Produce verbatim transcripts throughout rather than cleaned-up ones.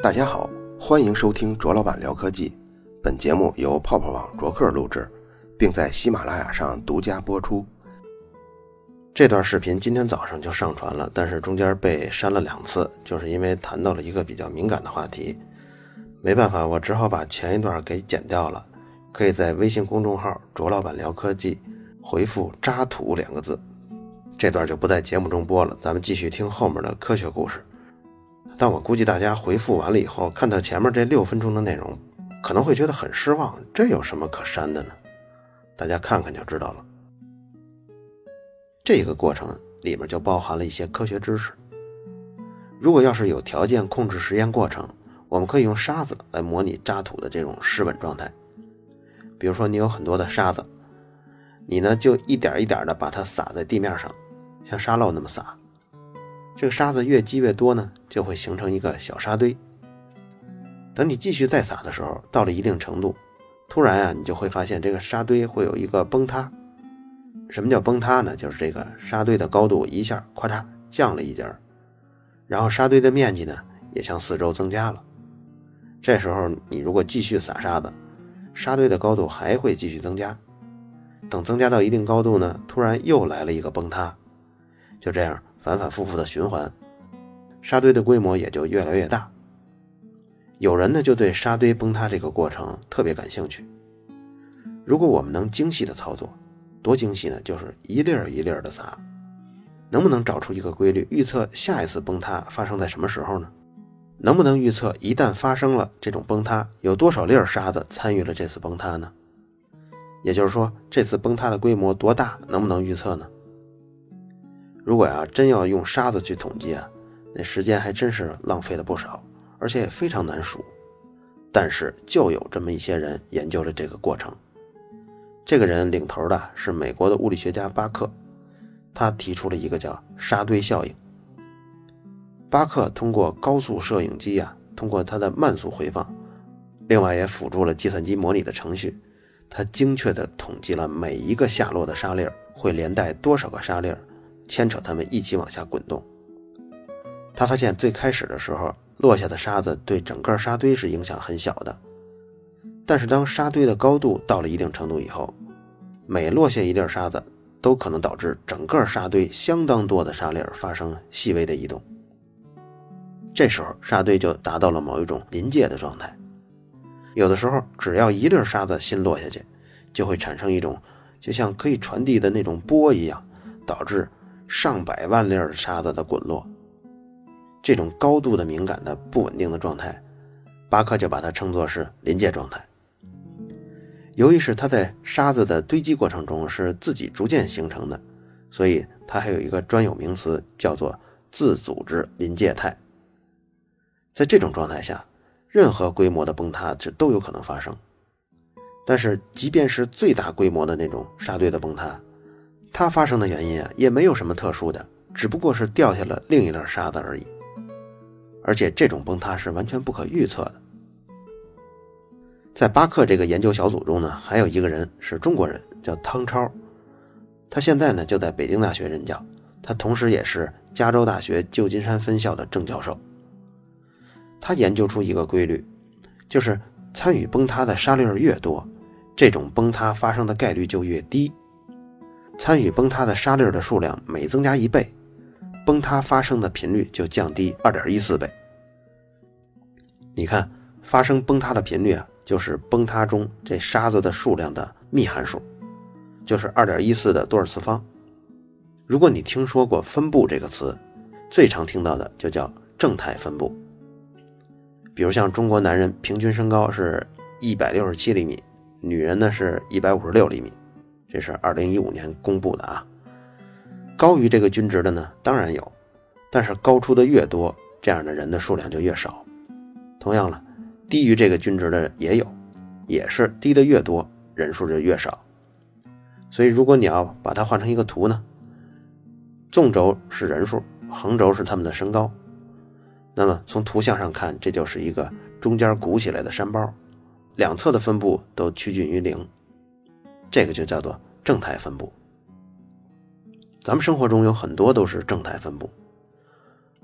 大家好，欢迎收听卓老板聊科技。本节目由泡泡网卓克录制，并在喜马拉雅上独家播出。这段视频今天早上就上传了，但是中间被删了两次，就是因为谈到了一个比较敏感的话题。没办法，我只好把前一段给剪掉了。可以在微信公众号卓老板聊科技回复渣土两个字，这段就不在节目中播了，咱们继续听后面的科学故事。但我估计大家回复完了以后，看到前面这六分钟的内容，可能会觉得很失望，这有什么可删的呢？大家看看就知道了。这个过程里面就包含了一些科学知识。如果要是有条件控制实验过程，我们可以用沙子来模拟渣土的这种湿稳状态。比如说你有很多的沙子，你呢就一点一点的把它撒在地面上，像沙漏那么撒。这个沙子越积越多呢，就会形成一个小沙堆。等你继续再撒的时候，到了一定程度，突然啊，你就会发现这个沙堆会有一个崩塌。什么叫崩塌呢？就是这个沙堆的高度一下咔嚓降了一截，然后沙堆的面积呢也向四周增加了。这时候你如果继续撒沙子，沙堆的高度还会继续增加。等增加到一定高度呢，突然又来了一个崩塌。就这样反反复复的循环，沙堆的规模也就越来越大。有人呢就对沙堆崩塌这个过程特别感兴趣。如果我们能精细的操作，多精细呢？就是一粒儿一粒儿的撒，能不能找出一个规律，预测下一次崩塌发生在什么时候呢？能不能预测一旦发生了这种崩塌，有多少粒儿沙子参与了这次崩塌呢？也就是说，这次崩塌的规模多大，能不能预测呢？如果呀真要用沙子去统计啊，那时间还真是浪费了不少，而且也非常难数。但是就有这么一些人研究了这个过程。这个人领头的是美国的物理学家巴克，他提出了一个叫沙堆效应。巴克通过高速摄影机啊，通过它的慢速回放，另外也辅助了计算机模拟的程序，他精确地统计了每一个下落的沙粒会连带多少个沙粒，牵扯它们一起往下滚动。他发现最开始的时候，落下的沙子对整个沙堆是影响很小的，但是当沙堆的高度到了一定程度以后，每落下一粒沙子都可能导致整个沙堆相当多的沙粒发生细微的移动。这时候沙堆就达到了某一种临界的状态。有的时候只要一粒沙子新落下去，就会产生一种就像可以传递的那种波一样，导致上百万粒沙子的滚落。这种高度的敏感的不稳定的状态，巴克就把它称作是临界状态。由于是它在沙子的堆积过程中是自己逐渐形成的，所以它还有一个专有名词叫做自组织临界态。在这种状态下，任何规模的崩塌都有可能发生。但是即便是最大规模的那种沙堆的崩塌，它发生的原因啊也没有什么特殊的，只不过是掉下了另一粒沙子而已。而且这种崩塌是完全不可预测的。在巴克这个研究小组中呢，还有一个人是中国人，叫汤超。他现在呢就在北京大学任教，他同时也是加州大学旧金山分校的正教授。他研究出一个规律，就是参与崩塌的沙粒越多，这种崩塌发生的概率就越低。参与崩塌的沙粒的数量每增加一倍，崩塌发生的频率就降低 二点一四 倍。你看，发生崩塌的频率啊，就是崩塌中这沙子的数量的幂函数，就是 二点一四 的多尔次方。如果你听说过分布这个词，最常听到的就叫正态分布。比如像中国男人平均身高是一百六十七厘米，女人呢是一百五十六厘米，这是二零一五年公布的啊。高于这个均值的呢当然有，但是高出的越多，这样的人的数量就越少。同样了，低于这个均值的也有，也是低的越多，人数就越少。所以如果你要把它换成一个图呢，纵轴是人数，横轴是他们的身高。那么从图像上看，这就是一个中间鼓起来的山包，两侧的分布都趋近于零，这个就叫做正态分布。咱们生活中有很多都是正态分布，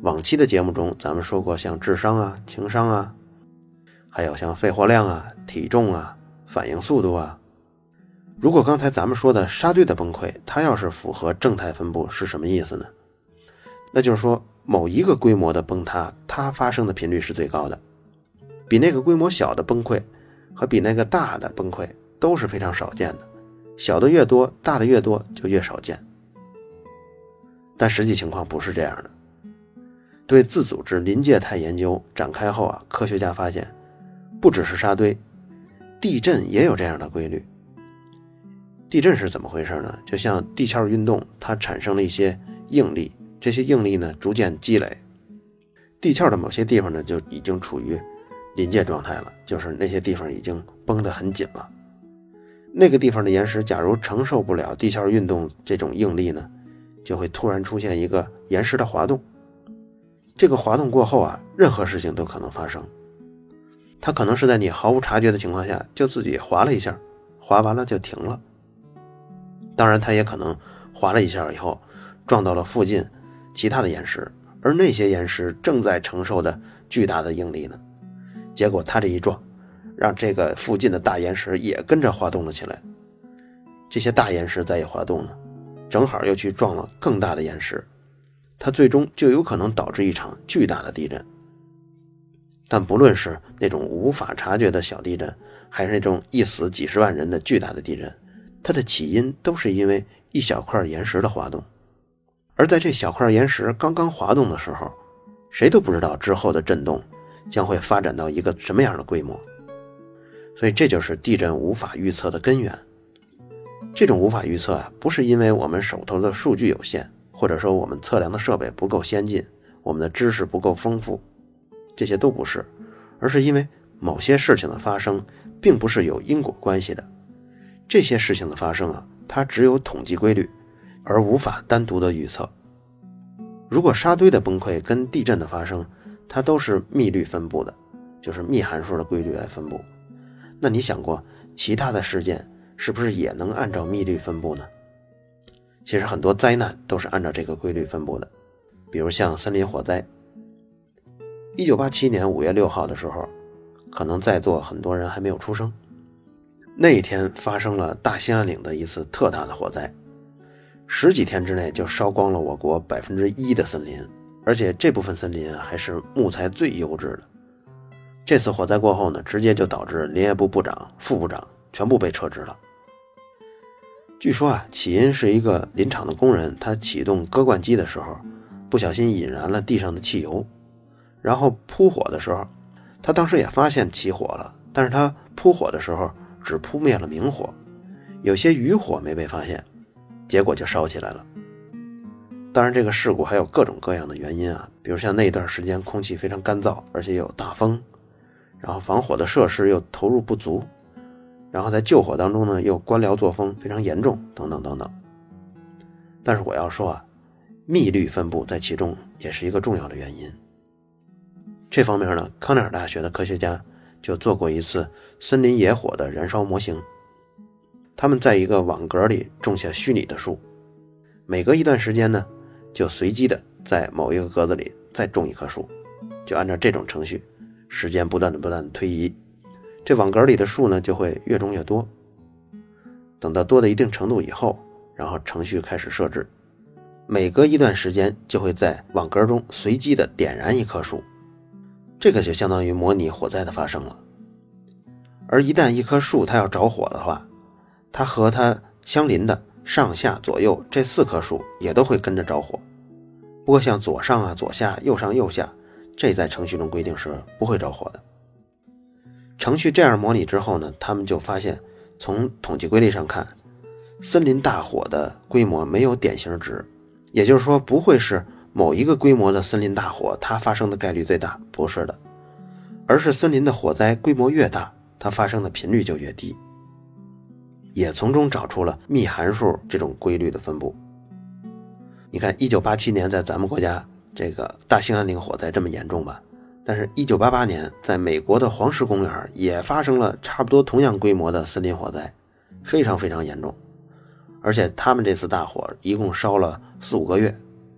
往期的节目中咱们说过，像智商啊、情商啊，还有像肺活量啊、体重啊、反应速度啊。如果刚才咱们说的沙堆的崩溃，它要是符合正态分布是什么意思呢？那就是说某一个规模的崩塌，它发生的频率是最高的，比那个规模小的崩溃和比那个大的崩溃都是非常少见的，小的越多，大的越多就越少见。但实际情况不是这样的。对自组织临界态研究展开后啊，科学家发现不只是沙堆，地震也有这样的规律。地震是怎么回事呢？就像地壳运动，它产生了一些应力，这些应力呢逐渐积累，地壳的某些地方呢就已经处于临界状态了，就是那些地方已经绷得很紧了。那个地方的岩石假如承受不了地壳运动这种应力呢，就会突然出现一个岩石的滑动。这个滑动过后啊，任何事情都可能发生。它可能是在你毫无察觉的情况下就自己滑了一下，滑完了就停了。当然它也可能滑了一下以后撞到了附近其他的岩石，而那些岩石正在承受着巨大的应力呢，结果它这一撞让这个附近的大岩石也跟着滑动了起来，这些大岩石再一滑动呢，正好又去撞了更大的岩石，它最终就有可能导致一场巨大的地震。但不论是那种无法察觉的小地震，还是那种一死几十万人的巨大的地震，它的起因都是因为一小块岩石的滑动。而在这小块岩石刚刚滑动的时候，谁都不知道之后的震动将会发展到一个什么样的规模。所以这就是地震无法预测的根源。这种无法预测啊，不是因为我们手头的数据有限，或者说我们测量的设备不够先进，我们的知识不够丰富，这些都不是，而是因为某些事情的发生并不是有因果关系的。这些事情的发生啊，它只有统计规律，而无法单独的预测。如果沙堆的崩溃跟地震的发生，它都是幂律分布的，就是幂函数的规律来分布，那你想过其他的事件是不是也能按照幂律分布呢？其实很多灾难都是按照这个规律分布的，比如像森林火灾。一九八七年五月六号的时候，可能在座很多人还没有出生。那一天发生了大兴安岭的一次特大的火灾，十几天之内就烧光了我国百分之一的森林，而且这部分森林还是木材最优质的。这次火灾过后呢，直接就导致林业部部长、副部长全部被撤职了。据说啊，起因是一个林场的工人，他启动割灌机的时候，不小心引燃了地上的汽油，然后扑火的时候，他当时也发现起火了，但是他扑火的时候只扑灭了明火，有些余火没被发现，结果就烧起来了。当然这个事故还有各种各样的原因啊，比如像那段时间空气非常干燥，而且有大风，然后防火的设施又投入不足，然后在救火当中呢又官僚作风非常严重，等等等等。但是我要说啊，幂律分布在其中也是一个重要的原因。这方面呢，康奈尔大学的科学家就做过一次森林野火的燃烧模型。他们在一个网格里种下虚拟的树，每隔一段时间呢，就随机的在某一个格子里再种一棵树，就按照这种程序，时间不断的不断的推移，这网格里的树呢就会越种越多。等到多到一定程度以后，然后程序开始设置，每隔一段时间就会在网格中随机的点燃一棵树，这个就相当于模拟火灾的发生了。而一旦一棵树它要着火的话，它和它相邻的上下左右这四棵树也都会跟着着火。不过像左上啊、左下、右上、右下，这在程序中规定是不会着火的。程序这样模拟之后呢，他们就发现从统计规律上看，森林大火的规模没有典型值，也就是说不会是某一个规模的森林大火它发生的概率最大，不是的，而是森林的火灾规模越大，它发生的频率就越低。也从中找出了幂函数这种规律的分布。你看一九八七年在咱们国家这个大兴安岭火灾这么严重吧，但是一九八八年在美国的黄石公园也发生了差不多同样规模的森林火灾，非常非常严重，而且他们这次大火一共烧了四五个月，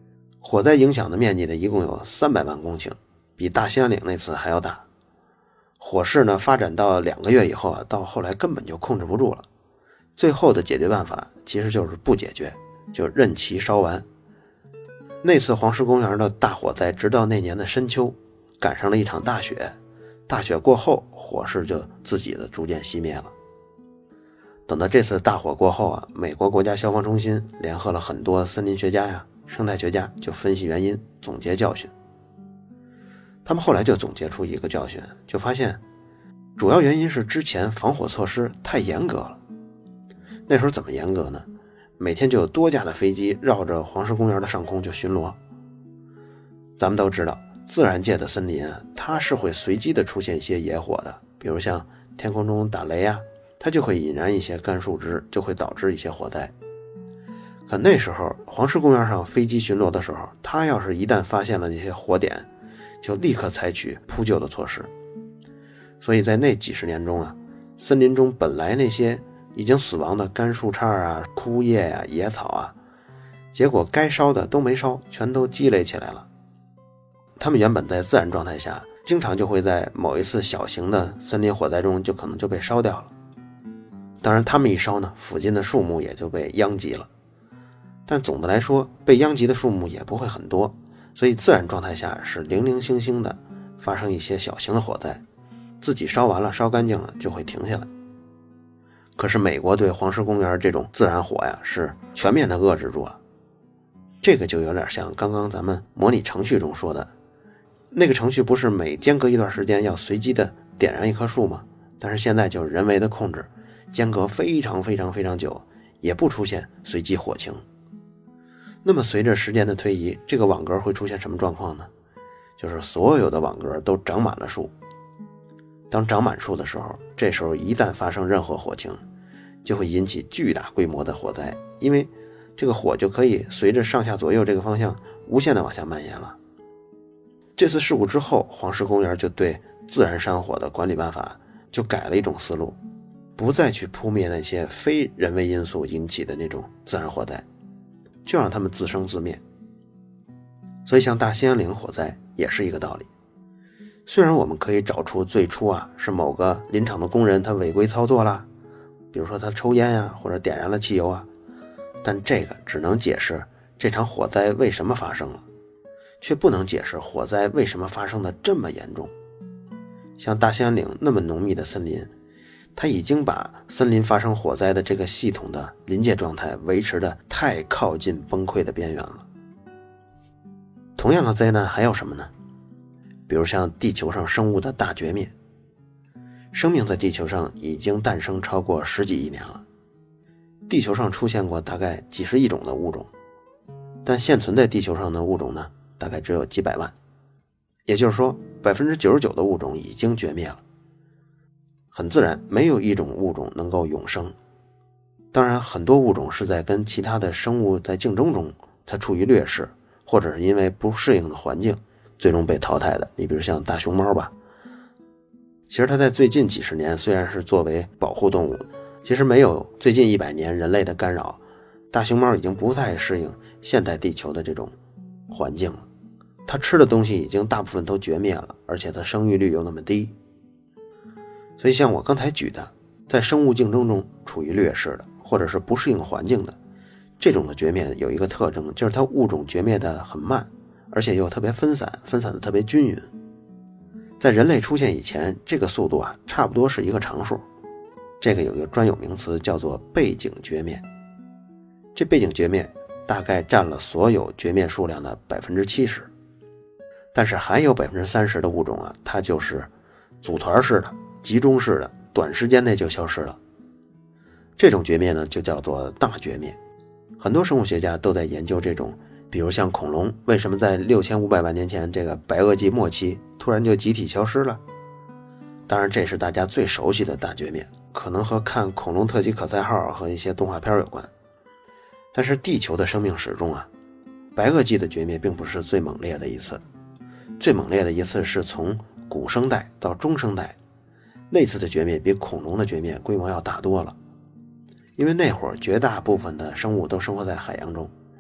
火灾影响的面积呢一共有三百万公顷，比大兴安岭那次还要大。火势呢发展到两个月以后啊，到后来根本就控制不住了。最后的解决办法其实就是不解决，就任其烧完。那次黄石公园的大火灾直到那年的深秋赶上了一场大雪，大雪过后火势就自己的逐渐熄灭了。等到这次大火过后啊，美国国家消防中心联合了很多森林学家呀、生态学家，就分析原因，总结教训。他们后来就总结出一个教训，就发现主要原因是之前防火措施太严格了。那时候怎么严格呢？每天就有多架的飞机绕着黄石公园的上空就巡逻。咱们都知道，自然界的森林啊，它是会随机的出现一些野火的，比如像天空中打雷啊，它就会引燃一些干树枝，就会导致一些火灾。可那时候黄石公园上飞机巡逻的时候，它要是一旦发现了那些火点，就立刻采取扑救的措施。所以在那几十年中啊，森林中本来那些已经死亡的干树杈啊、枯叶啊、野草啊，结果该烧的都没烧，全都积累起来了。它们原本在自然状态下，经常就会在某一次小型的森林火灾中就可能就被烧掉了。当然它们一烧呢，附近的树木也就被殃及了。但总的来说，被殃及的树木也不会很多，所以自然状态下是零零星星的发生一些小型的火灾，自己烧完了烧干净了就会停下来。可是美国对黄石公园这种自然火呀是全面的遏制住了。这个就有点像刚刚咱们模拟程序中说的，那个程序不是每间隔一段时间要随机的点燃一棵树吗？但是现在就是人为的控制，间隔非常非常非常久，也不出现随机火情。那么随着时间的推移，这个网格会出现什么状况呢？就是所有的网格都长满了树。当长满树的时候，这时候一旦发生任何火情，就会引起巨大规模的火灾，因为这个火就可以随着上下左右这个方向无限的往下蔓延了。这次事故之后，黄石公园就对自然山火的管理办法就改了一种思路，不再去扑灭那些非人为因素引起的那种自然火灾，就让它们自生自灭。所以像大兴安岭火灾也是一个道理。虽然我们可以找出最初啊是某个林场的工人他违规操作啦，比如说他抽烟呀、啊，或者点燃了汽油啊，但这个只能解释这场火灾为什么发生了，却不能解释火灾为什么发生的这么严重。像大兴安岭那么浓密的森林，它已经把森林发生火灾的这个系统的临界状态维持的太靠近崩溃的边缘了。同样的灾难还有什么呢？比如像地球上生物的大绝灭。生命在地球上已经诞生超过十几亿年了，地球上出现过大概几十亿种的物种，但现存在地球上的物种呢，大概只有几百万。也就是说 百分之九十九 的物种已经绝灭了。很自然，没有一种物种能够永生。当然，很多物种是在跟其他的生物在竞争中，它处于劣势，或者是因为不适应的环境最终被淘汰的。你比如像大熊猫吧，其实它在最近几十年虽然是作为保护动物，其实没有最近一百年人类的干扰，大熊猫已经不太适应现代地球的这种环境了。它吃的东西已经大部分都绝灭了，而且它生育率又那么低。所以像我刚才举的，在生物竞争中处于劣势的，或者是不适应环境的，这种的绝灭有一个特征，就是它物种绝灭的很慢，而且又特别分散，分散的特别均匀。在人类出现以前，这个速度啊，差不多是一个常数。这个有一个专有名词叫做背景绝灭。这背景绝灭大概占了所有绝灭数量的 百分之七十。但是还有 百分之三十 的物种啊，它就是组团式的、集中式的，短时间内就消失了。这种绝灭呢，就叫做大绝灭。很多生物学家都在研究这种，比如像恐龙，为什么在六千五百万年前这个白垩纪末期突然就集体消失了？当然，这是大家最熟悉的大绝灭，可能和看恐龙特级可赛号和一些动画片有关。但是地球的生命史中啊，白垩纪的绝灭并不是最猛烈的一次。最猛烈的一次是从古生代到中生代，那次的绝灭比恐龙的绝灭规模要大多了。因为那会儿绝大部分的生物都生活在海洋中，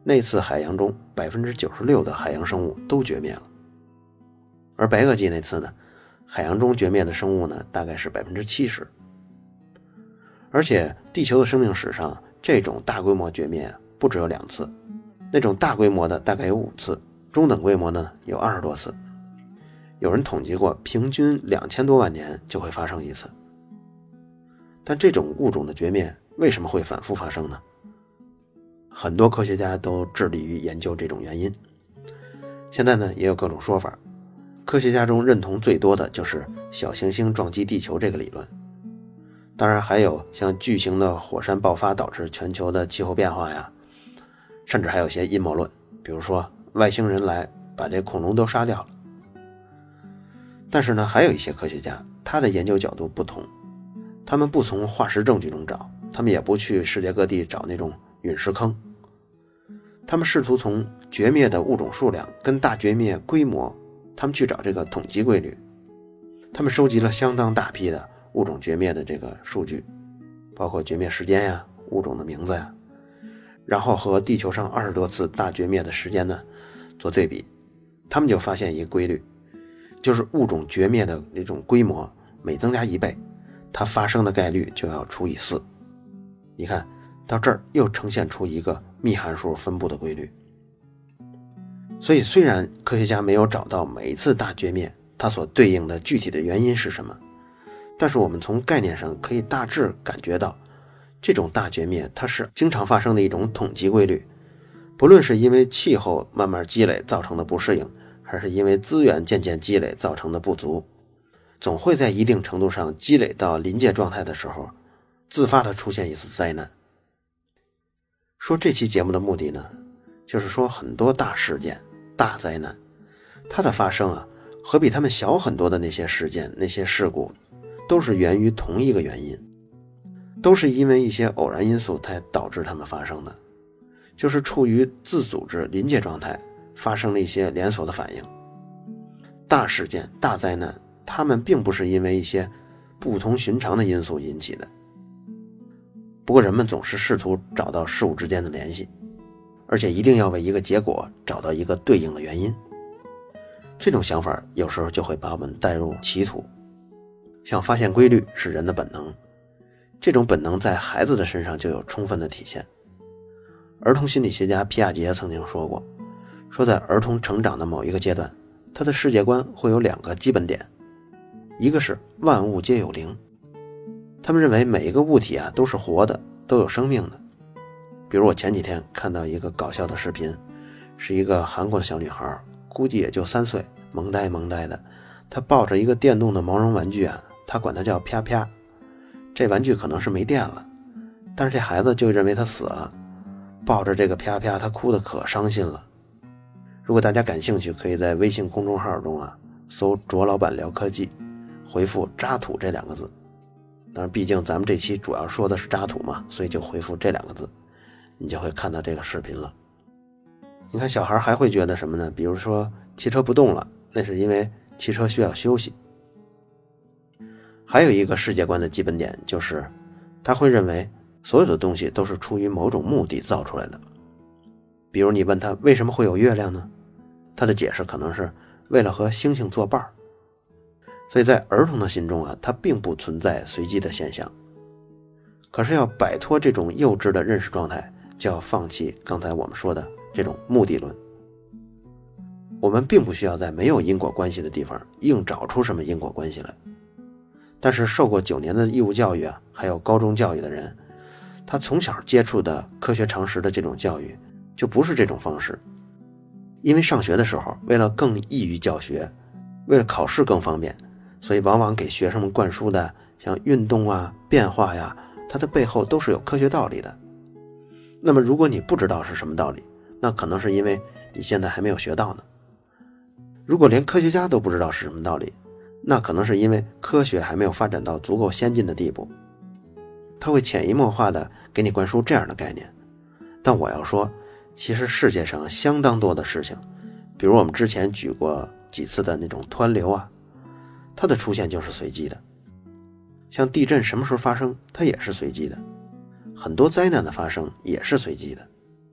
那次海洋中 百分之九十六 的海洋生物都绝灭了。而白垩纪那次呢，海洋中绝灭的生物呢大概是 百分之七十。 而且地球的生命史上，这种大规模绝灭不只有两次，那种大规模的大概有五次，中等规模呢有二十多次。有人统计过，平均两千多万年就会发生一次。但这种物种的绝灭为什么会反复发生呢？很多科学家都致力于研究这种原因。现在呢也有各种说法，科学家中认同最多的就是小行星撞击地球这个理论。当然还有像巨型的火山爆发导致全球的气候变化呀，甚至还有些阴谋论，比如说外星人来把这恐龙都杀掉了。但是呢还有一些科学家，他的研究角度不同，他们不从化石证据中找，他们也不去世界各地找那种陨石坑，他们试图从绝灭的物种数量跟大绝灭规模，他们去找这个统计规律。他们收集了相当大批的物种绝灭的这个数据，包括绝灭时间呀、物种的名字呀，然后和地球上二十多次大绝灭的时间呢做对比，他们就发现一个规律，就是物种绝灭的那种规模每增加一倍，它发生的概率就要除以四。你看到这儿又呈现出一个幂函数分布的规律。所以虽然科学家没有找到每一次大绝灭它所对应的具体的原因是什么，但是我们从概念上可以大致感觉到，这种大绝灭它是经常发生的一种统计规律，不论是因为气候慢慢积累造成的不适应，还是因为资源渐渐积累造成的不足，总会在一定程度上积累到临界状态的时候，自发的出现一次灾难。说这期节目的目的呢，就是说很多大事件、大灾难，它的发生啊，和比它们小很多的那些事件、那些事故，都是源于同一个原因，都是因为一些偶然因素才导致它们发生的，就是处于自组织临界状态，发生了一些连锁的反应。大事件、大灾难，它们并不是因为一些不同寻常的因素引起的。不过人们总是试图找到事物之间的联系，而且一定要为一个结果找到一个对应的原因。这种想法有时候就会把我们带入歧途。想发现规律是人的本能，这种本能在孩子的身上就有充分的体现。儿童心理学家皮亚杰曾经说过，说在儿童成长的某一个阶段，他的世界观会有两个基本点，一个是万物皆有灵，他们认为每一个物体啊都是活的，都有生命的。比如我前几天看到一个搞笑的视频，是一个韩国的小女孩，估计也就三岁，萌呆萌呆的，她抱着一个电动的毛绒玩具啊，她管它叫啪啪。这玩具可能是没电了，但是这孩子就认为他死了，抱着这个啪啪，他哭得可伤心了。如果大家感兴趣，可以在微信公众号中啊搜卓老板聊科技，回复渣土这两个字。当然毕竟咱们这期主要说的是渣土嘛，所以就回复这两个字，你就会看到这个视频了。你看小孩还会觉得什么呢？比如说汽车不动了，那是因为汽车需要休息。还有一个世界观的基本点，就是他会认为所有的东西都是出于某种目的造出来的。比如你问他为什么会有月亮呢？他的解释可能是为了和星星作伴儿。所以在儿童的心中啊，它并不存在随机的现象。可是要摆脱这种幼稚的认识状态，就要放弃刚才我们说的这种目的论。我们并不需要在没有因果关系的地方硬找出什么因果关系来。但是受过九年的义务教育啊，还有高中教育的人，他从小接触的科学常识的这种教育就不是这种方式。因为上学的时候，为了更易于教学，为了考试更方便，所以往往给学生们灌输的像运动啊、变化呀，它的背后都是有科学道理的。那么如果你不知道是什么道理，那可能是因为你现在还没有学到呢。如果连科学家都不知道是什么道理，那可能是因为科学还没有发展到足够先进的地步。它会潜移默化的给你灌输这样的概念。但我要说，其实世界上相当多的事情，比如我们之前举过几次的那种湍流啊，它的出现就是随机的。像地震什么时候发生，它也是随机的。很多灾难的发生也是随机的。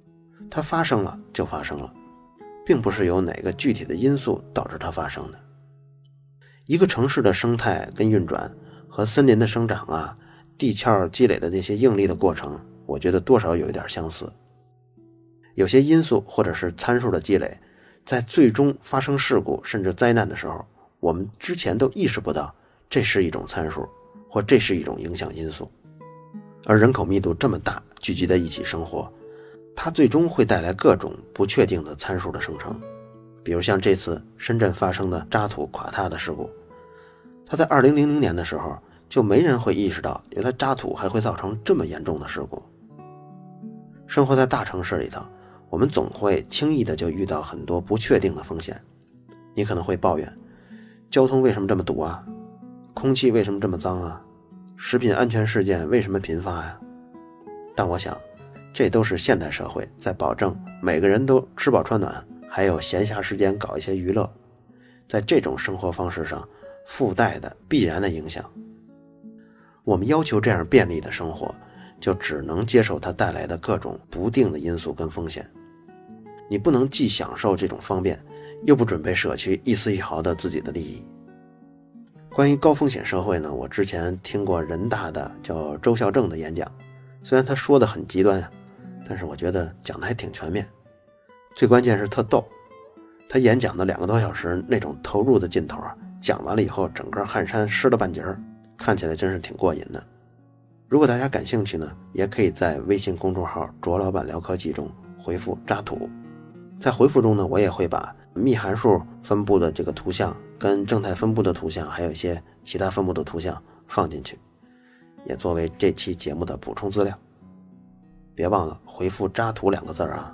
它发生了就发生了，并不是由哪个具体的因素导致它发生的。一个城市的生态跟运转和森林的生长啊，地壳积累的那些应力的过程，我觉得多少有一点相似。有些因素或者是参数的积累，在最终发生事故甚至灾难的时候，我们之前都意识不到这是一种参数，或这是一种影响因素。而人口密度这么大，聚集在一起生活，它最终会带来各种不确定的参数的生成。比如像这次深圳发生的渣土垮塌的事故，它在二零零零年的时候，就没人会意识到原来渣土还会造成这么严重的事故。生活在大城市里头，我们总会轻易的就遇到很多不确定的风险。你可能会抱怨，交通为什么这么堵啊？空气为什么这么脏啊？食品安全事件为什么频发呀？但我想，这都是现代社会在保证每个人都吃饱穿暖，还有闲暇时间搞一些娱乐，在这种生活方式上附带的必然的影响。我们要求这样便利的生活，就只能接受它带来的各种不定的因素跟风险。你不能既享受这种方便，又不准备舍去一丝一毫的自己的利益。关于高风险社会呢，我之前听过人大的叫周孝正的演讲，虽然他说的很极端，但是我觉得讲的还挺全面。最关键是特逗，他演讲的两个多小时那种投入的劲头啊，讲完了以后整个汗衫湿了半截儿，看起来真是挺过瘾的。如果大家感兴趣呢，也可以在微信公众号卓老板聊科技中回复渣土，在回复中呢，我也会把幂函数分布的这个图像跟正态分布的图像，还有一些其他分布的图像放进去，也作为这期节目的补充资料。别忘了回复渣土两个字啊。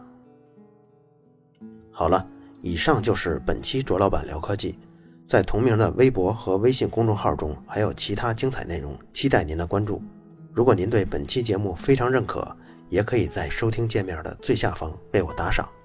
好了，以上就是本期卓老板聊科技，在同名的微博和微信公众号中还有其他精彩内容，期待您的关注。如果您对本期节目非常认可，也可以在收听界面的最下方为我打赏。